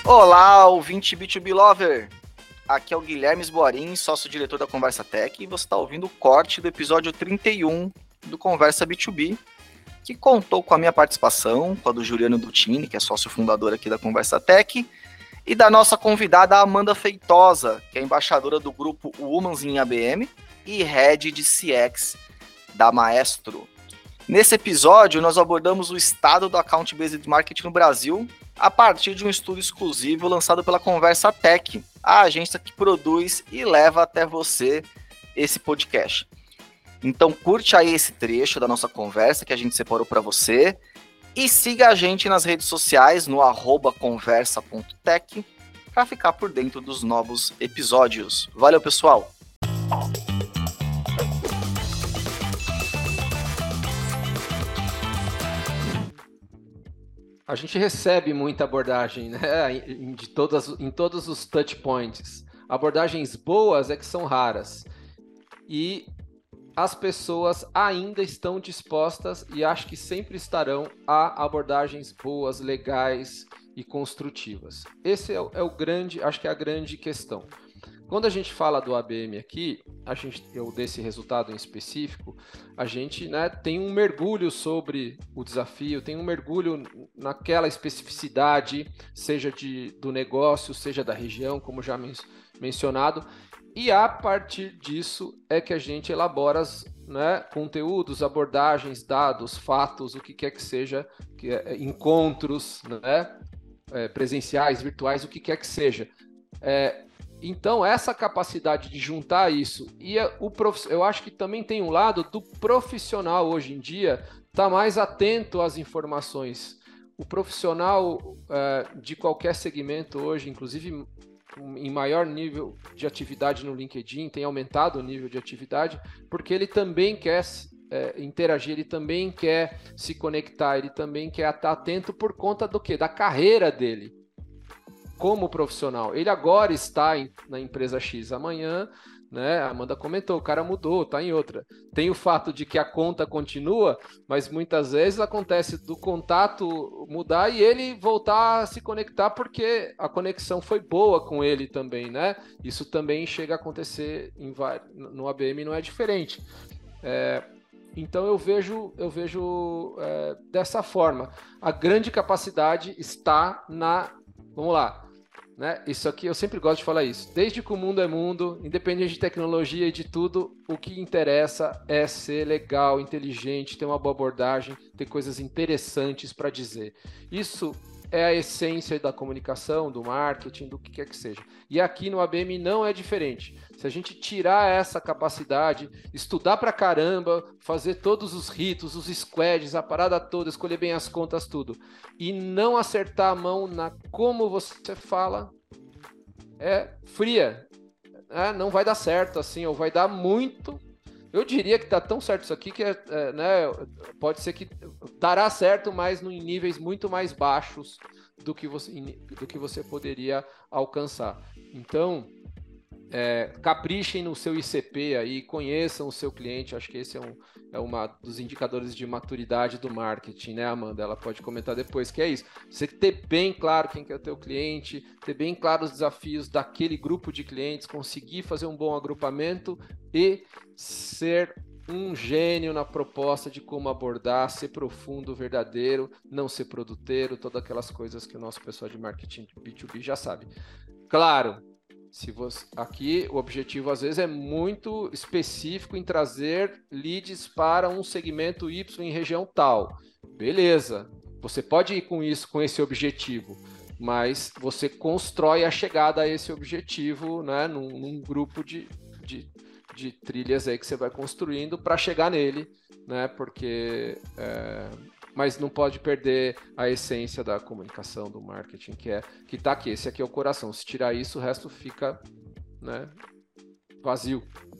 Olá, ouvinte B2B Lover! Aqui é o Guilherme Esboarim, sócio-diretor da Conversa Tech, e você está ouvindo o corte do episódio 31 do Conversa B2B, que contou com a minha participação, com a do Juliano Dutini, que é sócio fundador aqui da Conversa Tech, e da nossa convidada Amanda Feitosa, que é embaixadora do grupo Womans in ABM e Head de CX da Maestro. Nesse episódio, nós abordamos o estado do Account Based Marketing no Brasil a partir de um estudo exclusivo lançado pela Conversa Tech, a agência que produz e leva até você esse podcast. Então curte aí esse trecho da nossa conversa que a gente separou para você e siga a gente nas redes sociais no @conversa.tech para ficar por dentro dos novos episódios. Valeu, pessoal! A gente recebe muita abordagem, né, em todos os touch points. Abordagens boas é que são raras. E as pessoas ainda estão dispostas, e acho que sempre estarão, a abordagens boas, legais e construtivas. Esse é o grande, acho que é a grande questão. Quando a gente fala do ABM aqui, desse resultado em específico, a gente, né, tem um mergulho sobre o desafio, tem um mergulho naquela especificidade, seja do negócio, seja da região, como já mencionado, e a partir disso é que a gente elabora conteúdos, abordagens, dados, fatos, o que quer que seja, encontros, né, presenciais, virtuais, o que quer que seja. Então, essa capacidade de juntar isso, e eu acho que também tem um lado do profissional hoje em dia estar mais atento às informações. O profissional de qualquer segmento hoje, inclusive em maior nível de atividade no LinkedIn, tem aumentado o nível de atividade, porque ele também quer interagir, ele também quer se conectar, ele também quer estar atento por conta do quê? Da carreira dele como profissional. Ele agora está na empresa X, amanhã, né, a Amanda comentou, o cara mudou, está em outra. Tem o fato de que a conta continua, mas muitas vezes acontece do contato mudar e ele voltar a se conectar porque a conexão foi boa com ele também, né? Isso também chega a acontecer no ABM, não é diferente. Então eu vejo dessa forma. A grande capacidade está vamos lá, né? Isso aqui eu sempre gosto de falar isso. Desde que o mundo é mundo, independente de tecnologia e de tudo, o que interessa é ser legal, inteligente, ter uma boa abordagem, ter coisas interessantes para dizer. Isso é a essência da comunicação, do marketing, do que quer que seja. E aqui no ABM não é diferente. Se a gente tirar essa capacidade, estudar pra caramba, fazer todos os ritos, os squads, a parada toda, escolher bem as contas, tudo, e não acertar a mão na como você fala, é fria. Não vai dar certo assim, ou vai dar muito. Eu diria que tá tão certo isso aqui que né, pode ser que dará certo, mas em níveis muito mais baixos do que você poderia alcançar. Então, caprichem no seu ICP aí, conheçam o seu cliente. Acho que esse é uma dos indicadores de maturidade do marketing, né, Amanda? Ela pode comentar depois, que é isso. Você ter bem claro quem que é o teu cliente, ter bem claro os desafios daquele grupo de clientes, conseguir fazer um bom agrupamento e ser um gênio na proposta de como abordar, ser profundo, verdadeiro, não ser produteiro, todas aquelas coisas que o nosso pessoal de marketing B2B já sabe. Claro, aqui o objetivo às vezes é muito específico em trazer leads para um segmento Y em região tal. Beleza, você pode ir com isso, com esse objetivo, mas você constrói a chegada a esse objetivo, né, num grupo de trilhas aí que você vai construindo para chegar nele, né, porque... mas não pode perder a essência da comunicação, do marketing, que tá aqui. Esse aqui é o coração. Se tirar isso, o resto fica, né, vazio.